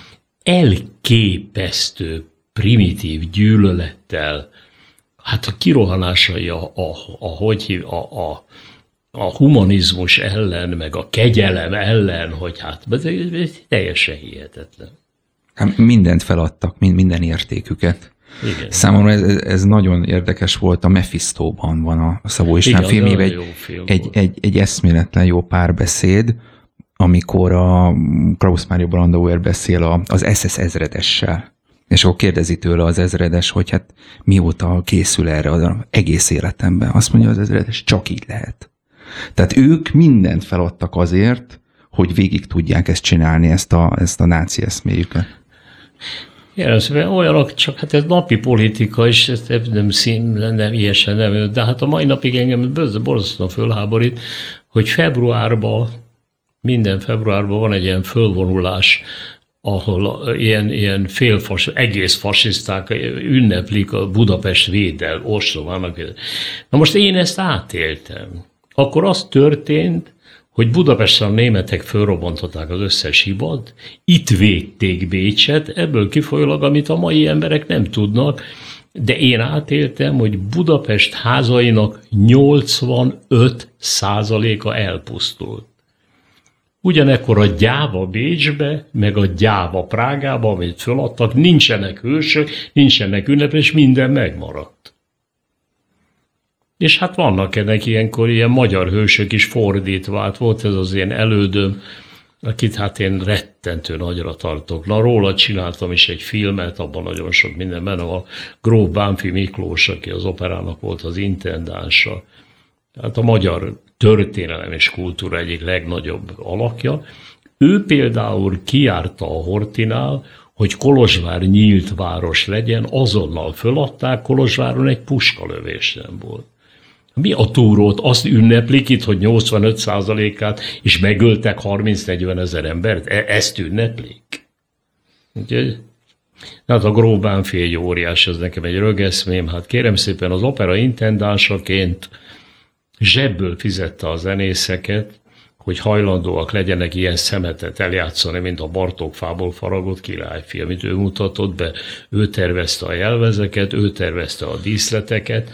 elképesztő, primitív gyűlölettel, hát a kirohanásai a, a, a, hogy hív, a, a, a humanizmus ellen, meg a kegyelem ellen, hogy hát ez, ez teljesen hihetetlen. Hát mindent feladtak, minden értéküket. Igen. Számomra ez, ez nagyon érdekes volt, a Mephistóban van a Szabó István filmjében egy, film egy, egy, egy eszméletlen jó párbeszéd, amikor a Klaus Maria Brandauer beszél az es es ezredessel. És akkor kérdezi tőle az ezredes, hogy hát mióta készül erre az egész életemben. Azt mondja az ezredes, csak így lehet. Tehát ők mindent feladtak azért, hogy végig tudják ezt csinálni, ezt a, ezt a náci eszméjüket. Jelentően olyanok, csak hát ez napi politika, és ez nem szín, nem ilyesen nem, de hát a mai napig engem borzasztóan fölháborít, hogy februárban, minden februárban van egy ilyen fölvonulás, ahol ilyen, ilyen félfas, egész fasiszták ünneplik a Budapest védel, ostomának. Na most én ezt átéltem. Akkor az történt, hogy Budapesten a németek fölrobbantották az összes hibat, itt védték Bécset, ebből kifolyólag, amit a mai emberek nem tudnak, de én átéltem, hogy Budapest házainak nyolcvanöt százaléka elpusztult. Ugyanekkor a gyáva Bécsbe, meg a gyáva Prágába, amit föladtak, nincsenek hősök, nincsenek ünnepek, és minden megmaradt. És hát vannak ennek ilyenkor ilyen magyar hősök is fordítva, hát volt ez az én elődöm, akit hát én rettentő nagyra tartok. Na, róla csináltam is egy filmet, abban nagyon sok minden benne van. Gróf Bánffy Miklós, aki az operának volt az intendánsa. Hát a magyar történelem és kultúra egyik legnagyobb alakja. Ő például kijárta a Horthinál, hogy Kolozsvár nyílt város legyen, azonnal föladták, Kolozsváron egy puskalövés nem volt. Mi a túrót? Azt ünneplik itt, hogy nyolcvanöt százalékát, és megöltek harminc-negyven ezer embert? E- ezt ünneplik? Úgyhogy, hát a Gróf Bánffy egy óriás, ez nekem egy rögeszmém. Hát kérem szépen, az opera intendánsaként zsebből fizette a zenészeket, hogy hajlandóak legyenek ilyen szemetet eljátszani, mint a Bartók fából faragott királyfi, amit ő mutatott be. Ő tervezte a jelvezeket, ő tervezte a díszleteket.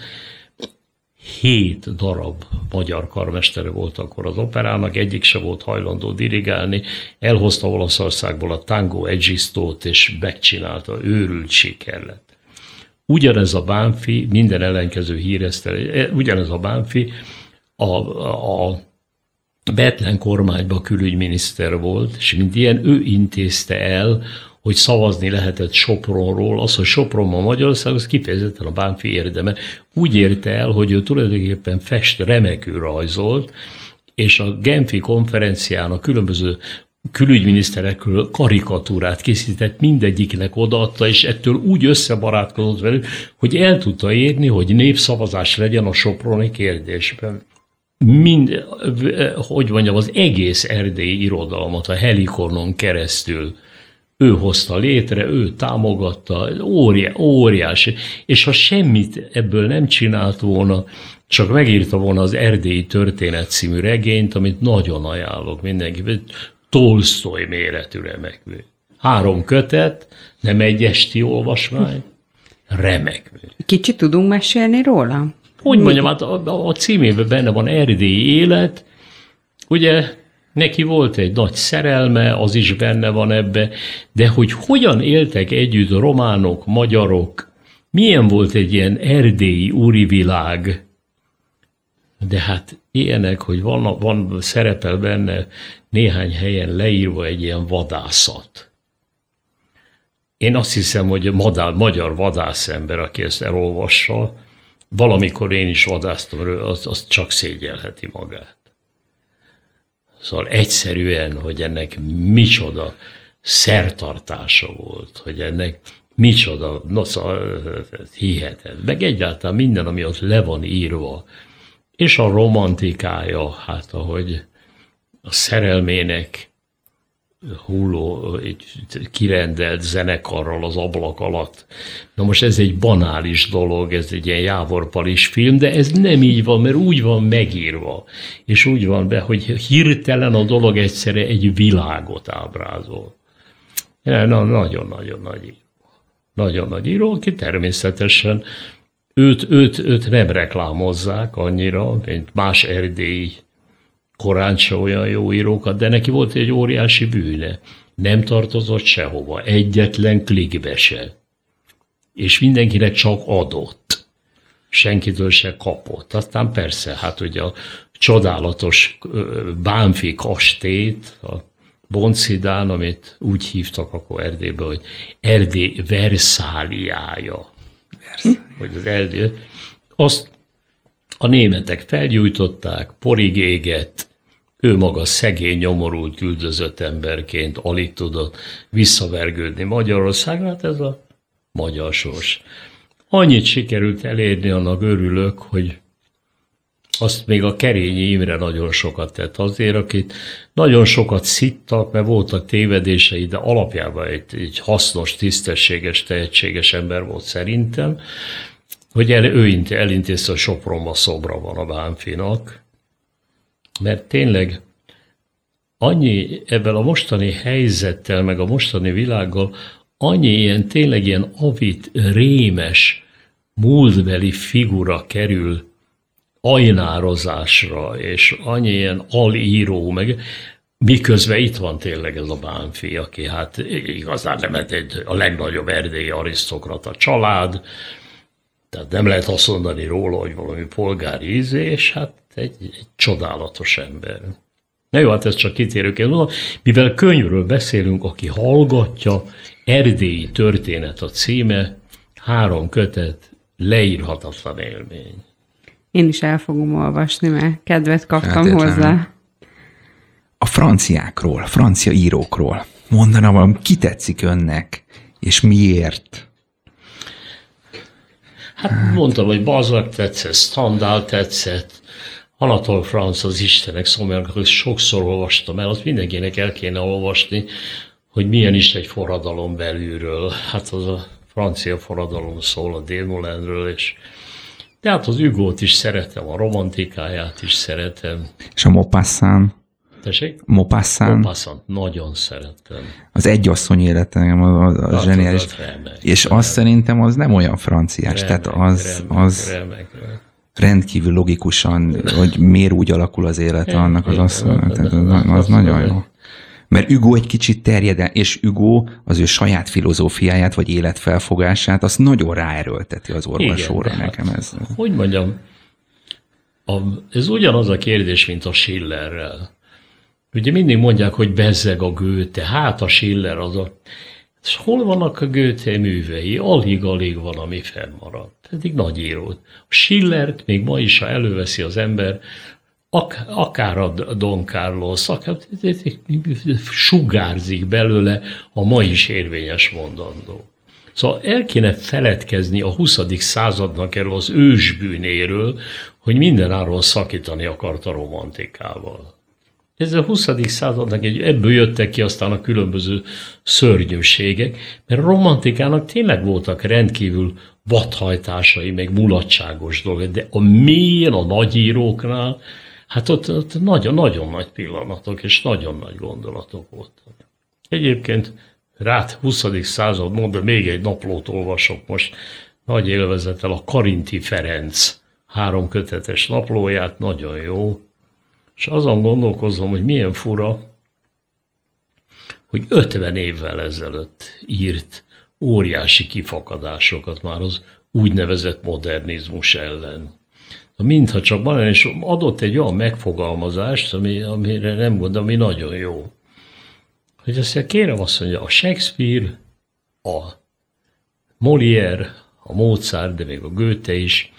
Hét darab magyar karmestere volt akkor az operának, egyik se volt hajlandó dirigálni, elhozta Olaszországból a Tango Egisztót, és megcsinálta, őrült siker lett. Ugyanez a Bánffy, minden ellenkező híresztelés, ugyanez a Bánffy a, a, a Bethlen kormányban külügyminiszter volt, és mint ilyen ő intézte el, hogy szavazni lehetett Sopronról, az, hogy Sopronban Magyarország, az kifejezetten a Bánffy érdeme. Úgy érte el, hogy ő tulajdonképpen fest, remekül rajzolt, és a Genfi konferencián a különböző külügyminiszterekről karikatúrát készített, mindegyiknek odaadta, és ettől úgy összebarátkozott velük, hogy el tudta érni, hogy népszavazás legyen a soproni kérdésben. Mind, hogy mondjam, az egész erdélyi irodalmat a Helikornon keresztül ő hozta létre, ő támogatta, óriá, óriási, és ha semmit ebből nem csinált volna, csak megírta volna az Erdélyi Történet című regényt, amit nagyon ajánlok mindenki, Tolsztoj méretű remekmű. Három kötet, nem egy esti olvasmány, remekmű. Kicsit tudunk mesélni róla? Hogy mondjam, hát a, a címében benne van erdélyi élet, ugye neki volt egy nagy szerelme, az is benne van ebbe, de hogy hogyan éltek együtt románok, magyarok, milyen volt egy ilyen erdélyi úri világ, de hát ilyenek, hogy van, van szerepel benne néhány helyen leírva egy ilyen vadászat. Én azt hiszem, hogy a madár, magyar vadászember, aki ezt elolvassa, valamikor én is vadásztam, az, az csak szégyelheti magát. Szóval egyszerűen, hogy ennek micsoda szertartása volt, hogy ennek micsoda, no, szóval hihetetlen. Meg egyáltalán minden, ami ott le van írva, és a romantikája, hát ahogy a szerelmének hulló, egy kirendelt zenekarral az ablak alatt. Na most ez egy banális dolog, ez egy ilyen jávorpalis film, de ez nem így van, mert úgy van megírva, és úgy van be, hogy hirtelen a dolog egyszerre egy világot ábrázol. Nagyon-nagyon nagy író. Nagyon nagy író, aki természetesen őt, őt, őt nem reklámozzák annyira, mint más erdélyi korán se olyan jó írókat, de neki volt egy óriási bűne. Nem tartozott sehova, egyetlen klikbe se. És mindenkinek csak adott. Senkitől se kapott. Aztán persze, hát ugye a csodálatos Bánffy kastélyt, a Boncidán, amit úgy hívtak akkor Erdélybe, hogy Erdély Verszáliája. Hogy az Erdély, azt a németek felgyújtották, porig égett, ő maga szegény, nyomorult, üldözött emberként alig tudott visszavergődni Magyarországra, hát ez a magyar sors. Annyit sikerült elérni, annak örülök, hogy azt még a Kerényi Imre nagyon sokat tett azért, akit nagyon sokat szittak, mert voltak tévedései, de alapjában egy, egy hasznos, tisztességes, tehetséges ember volt szerintem, hogy el, ő elintézte, hogy Sopronban szobra van a Bánffynak, mert tényleg annyi ebben a mostani helyzettel, meg a mostani világgal, annyi ilyen tényleg ilyen avit, rémes, múltbeli figura kerül ajnározásra, és annyi ilyen alíró, meg miközben itt van tényleg ez a Bánffy, aki hát igazán nem egy a legnagyobb erdélyi arisztokrata család, tehát nem lehet azt mondani róla, hogy valami polgári ízé, és hát egy, egy csodálatos ember. Na jó, hát ez csak kitérőként mondom, mivel könyvről beszélünk, aki hallgatja, Erdélyi történet a címe, három kötet, leírhatatlan élmény. Én is el fogom olvasni, mert kedvet kaptam hozzá. A franciákról, francia írókról mondana valami, ki tetszik önnek, és miért? Hát mondtam, hogy Balzac tetszett, Stendhal tetszett, Anatole France, az Istenek szomjának, hogy sokszor olvastam el, azt mindenkinek el kéne olvasni, hogy milyen is egy forradalom belülről. Hát az a francia forradalom szól a Desmoulinsről, és de hát az Hugót is szeretem, a romantikáját is szeretem. És a Maupassant? Tessék? Maupassant? Maupassant, nagyon szeretem. Az Egyasszony élete, a, a, a zseniális. Remek, és remek. Azt szerintem az nem olyan franciás, remek, tehát az, remek, az remek, remek. rendkívül logikusan, hogy miért úgy alakul az élete annak az asszonynak, tehát az, az nagyon jó. Mert Hugo egy kicsit terjed, és Hugo az ő saját filozófiáját, vagy életfelfogását, azt nagyon ráerőlteti az olvasóra. Igen, nekem ez. Hát, hogy mondjam, a, ez ugyanaz a kérdés, mint a Schillerrel. Ugye mindig mondják, hogy bezzeg a Goethe, hát a Schiller az a... És hol vannak a Goethe művei? Alig-alig van, ami fennmaradt. Pedig nagy író. A Schillert még ma is, ha előveszi az ember, Ak- akár a Don Carlos, akár sugárzik belőle a ma is érvényes mondandó. Szóval el kéne feledkezni a huszadik századnak erről az ősbűnéről, hogy mindenáról szakítani akart a romantikával. Ez a huszadik századnak egy, ebből jöttek ki aztán a különböző szörnyűségek, mert a romantikának tényleg voltak rendkívül vadhajtásai, meg mulatságos dolgok, de a mélyen a nagyíróknál, hát ott, ott nagyon, nagyon nagy pillanatok és nagyon nagy gondolatok voltak. Egyébként rá huszadik század, mondom, még egy naplót olvasok most, nagy élvezettel a Karinti Ferenc három kötetes naplóját, nagyon jó, és azon gondolkozom, hogy milyen fura, hogy ötven évvel ezelőtt írt óriási kifakadásokat már az úgynevezett modernizmus ellen. Mintha csak van, és adott egy olyan megfogalmazást, ami, amire nem gondolom, ami nagyon jó. Hogy azt mondja, kérem azt mondja, a Shakespeare, a Molière, a Mozart, de még a Goethe is,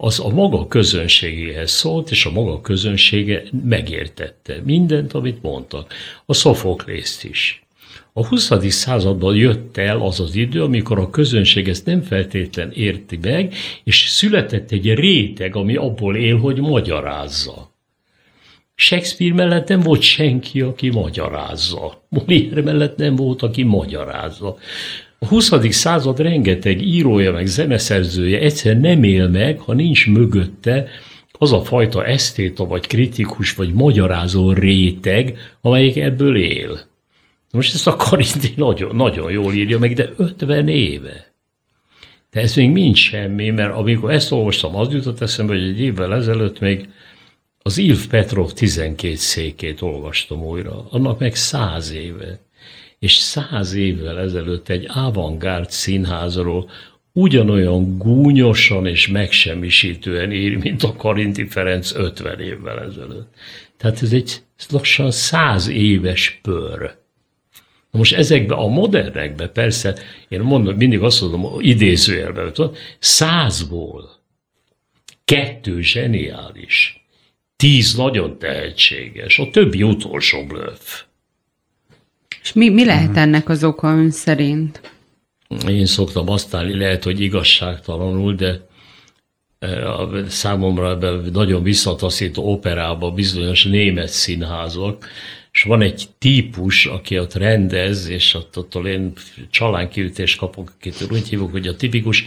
az a maga közönségéhez szólt, és a maga közönsége megértette mindent, amit mondtak. A Szofoklészt is. A huszadik században jött el az az idő, amikor a közönség ezt nem feltétlen érti meg, és született egy réteg, ami abból él, hogy magyarázza. Shakespeare mellett nem volt senki, aki magyarázza. Molière mellett nem volt, aki magyarázza. A huszadik század rengeteg írója, meg zeneszerzője egyszer nem él meg, ha nincs mögötte az a fajta esztéta, vagy kritikus, vagy magyarázó réteg, amelyik ebből él. Most ezt a Karinti nagyon, nagyon jól írja meg, de ötven éve. De ez még mind semmi, mert amikor ezt olvastam, az jutott eszembe, hogy egy évvel ezelőtt még az Ilf Petrov tizenkét székét olvastam újra, annak meg száz éve. És száz évvel ezelőtt egy avantgárd színházról ugyanolyan gúnyosan és megsemmisítően ír, mint a Karinti Ferenc ötven évvel ezelőtt. Tehát ez egy lassan száz éves pör. Na most ezekben a modernekben persze, én mondom, mindig azt mondom, idézőjelben, százból kettő zseniális, tíz nagyon tehetséges, a többi utolsó blöff. És mi, mi lehet ennek az oka ön szerint? Én szoktam azt állni, lehet, hogy igazságtalanul, de számomra ebben nagyon visszataszító operában bizonyos német színházak, és van egy típus, aki ott rendez, és ott, attól én csalánkiütést kapok, akit úgy hívok, hogy a tipikus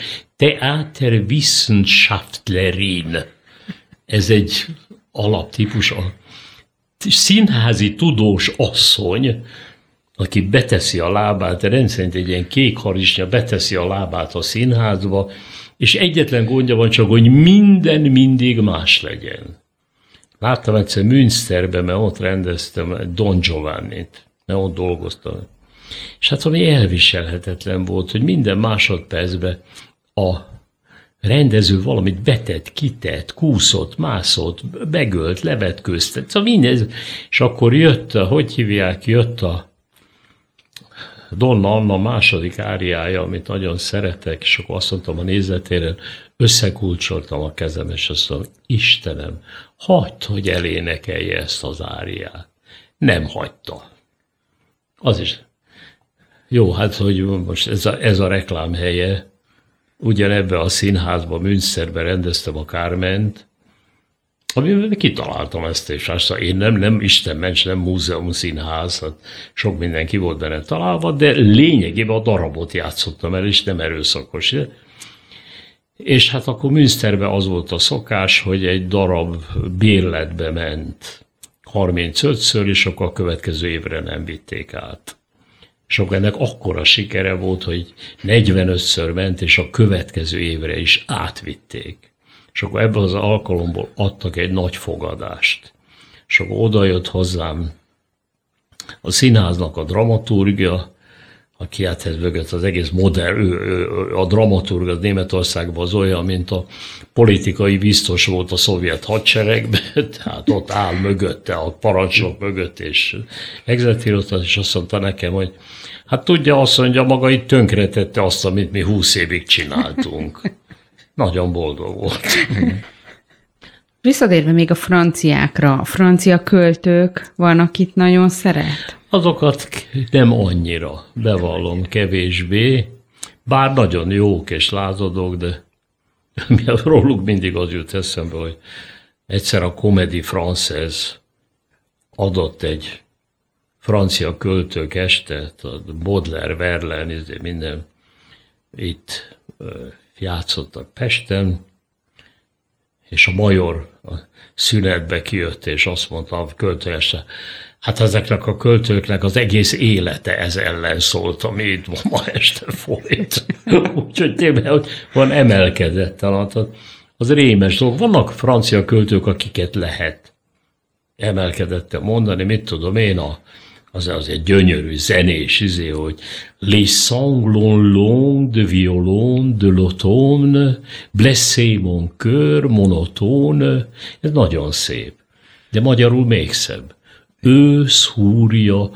Theaterwissenschaftlerin. Ez egy alaptípus, a színházi tudós asszony, aki beteszi a lábát, rendszerint egy ilyen kék harisnya beteszi a lábát a színházba, és egyetlen gondja van csak, hogy minden mindig más legyen. Láttam egyszer Münsterben, mert ott rendeztem Don Giovannit, mert ott dolgoztam. És hát ami elviselhetetlen volt, hogy minden másodpercben a rendező valamit betett, kitett, kúszott, mászott, begölt, levetköztet, szóval mindez. És akkor jött a, hogy hívják, jött a Donna Anna második áriája, amit nagyon szeretek, és akkor azt mondtam a nézletéren, összekulcsoltam a kezem, és azt mondom, Istenem, hagyd, hogy elénekelje ezt az áriát. Nem hagyta. Az is. Jó, hát, hogy most ez a, ez a reklám helye, ugyanebben a színházban, Münsterben rendeztem a Carment, amiben kitaláltam ezt, és azt én nem, nem Isten ments, nem múzeum színház, hát sok mindenki volt benne találva, de lényegében a darabot játszottam el, és nem erőszakos. És hát akkor Münsterben az volt a szokás, hogy egy darab bérletbe ment harmincötször, és akkor a következő évre nem vitték át. És akkor ennek akkora sikere volt, hogy negyvenötször ment, és a következő évre is átvitték. És akkor ebből az alkalomból adtak egy nagy fogadást. És akkor oda jött hozzám a színháznak a dramaturgia, aki hát ez mögött az egész modern, ő, ő, a dramaturg az Németországban az olyan, mint a politikai biztos volt a szovjet hadseregben, tehát ott áll mögötte, a parancsnok mögött, és exertírotta, és azt mondta nekem, hogy hát tudja, azt mondja, maga itt tönkretette azt, amit mi húsz évig csináltunk. Nagyon boldog volt. Visszatérve még a franciákra, a francia költők van, akit nagyon szeret? Azokat nem annyira, bevallom, kevésbé, bár nagyon jók és lázadók, de róluk mindig az jut eszembe, hogy egyszer a Comédie Française adott egy francia költők este, Baudelaire, Verlaine, minden itt játszottak Pesten, és a major a szünetbe kijött, és azt mondta a költő este, hát ezeknek a költőknek az egész élete ez ellen szólt, ami itt ma este folyt. Úgyhogy tényleg van emelkedett tanácsot. Az rémes dolog. Vannak francia költők, akiket lehet emelkedetten mondani, mit tudom én, a, az, az egy gyönyörű zenés izé, hogy Les sanglons longs de violon de l'automne, blessé mon cœur monotone, ez nagyon szép, de magyarul még szebb. Ősz húrja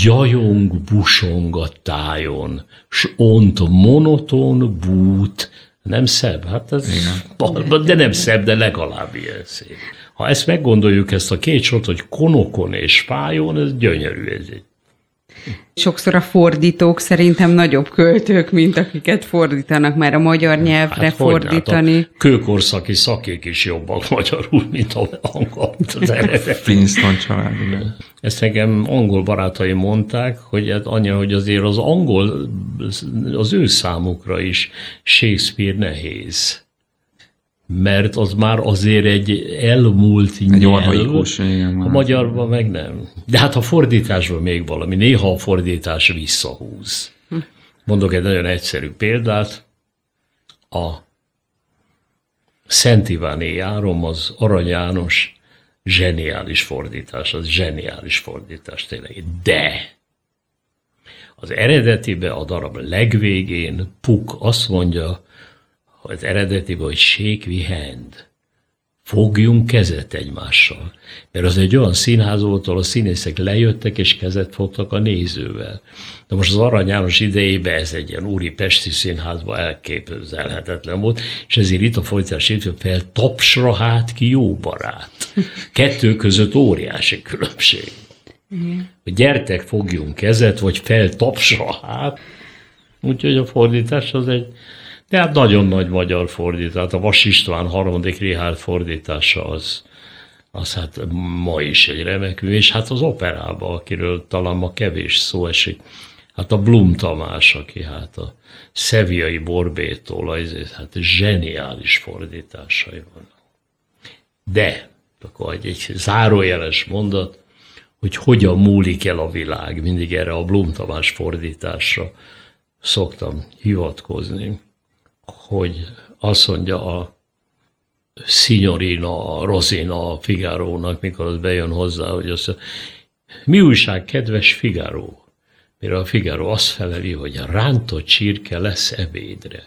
jajong busong a tájon, s ont monoton bút Nem szebb? Hát ez, igen. De nem szebb, de legalább ilyen szép. Ha ezt meggondoljuk, ezt a két sort, hogy konokon és fájón, ez gyönyörű. Ez egy. Sokszor a fordítók szerintem nagyobb költők, mint akiket fordítanak, mert a magyar nyelvre hát fordítani. Hát a kőkorszaki szakik is jobbak magyarul, mint a angol. Flintstone család, igen. Ezt nekem angol barátaim mondták, hogy hát anya, hogy azért az angol, az ő számukra is Shakespeare nehéz. Mert az már azért egy elmúlt egy nyelv. Arhaikus, igen, a magyarban meg nem. De hát a fordításban még valami. Néha a fordítás visszahúz. Hm. Mondok egy nagyon egyszerű példát. A Szent Iváné járom az Arany János zseniális fordítás. Az zseniális fordítás tényleg. De az eredetiben a darab legvégén Puk azt mondja, az eredetiben, hogy shake we hand. Fogjunk kezet egymással. Mert az egy olyan színház volt, ahol a színészek lejöttek és kezet fogtak a nézővel. De most az Arany János idejében ez egy ilyen úripesti színházban elképzelhetetlen volt, és ezért itt a fordítás így fel tapsra hát ki jó barát. Kettő között óriási különbség. Mm. Gyertek, fogjunk kezet, vagy fel tapsra hát. Úgyhogy a fordítás az egy de hát nagyon nagy magyar fordítás. A Vas István harmadik Richárd fordítása az, az hát ma is egy remekű, és hát az operában, akiről talán ma kevés szó esik, hát a Blum Tamás, aki hát a Szeviai Borbétól, hát zseniális fordításai vannak. De, akkor egy, egy zárójeles mondat, hogy hogyan múlik el a világ, mindig erre a Blum Tamás fordításra szoktam hivatkozni, hogy azt mondja a Signorina, a Rosina a Figarónak, mikor az bejön hozzá, hogy azt mondja, mi újság, kedves Figaro? Mire a Figaro azt feleli, hogy rántott csirke lesz ebédre.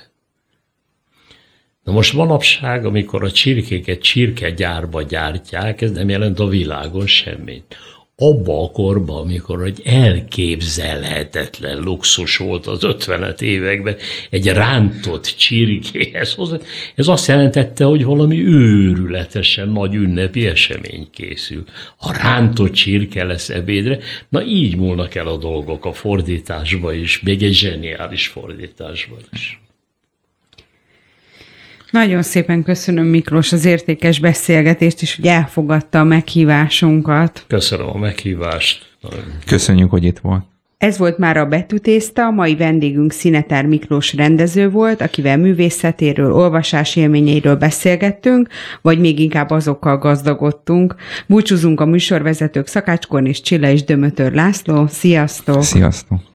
Na most manapság, amikor a csirkéket csirkegyárba gyártják, ez nem jelent a világon semmit. Abba a korban, amikor egy elképzelhetetlen luxus volt az ötvenes években, egy rántott csirkéhez hozzá, ez azt jelentette, hogy valami őrületesen nagy ünnepi esemény készül. A rántott csirke lesz ebédre, na így múlnak el a dolgok a fordításba is, még egy zseniális fordításban is. Nagyon szépen köszönöm, Miklós, az értékes beszélgetést, és hogy elfogadta a meghívásunkat. Köszönöm a meghívást. Köszönjük, hogy itt volt. Ez volt már a Betűtészta, mai vendégünk Szinetár Miklós rendező volt, akivel művészetéről, olvasás élményeiről beszélgettünk, vagy még inkább azokkal gazdagodtunk. Búcsúzunk a műsorvezetők Szakács Kornél, Csilla és Dömötör László. Sziasztok! Sziasztok!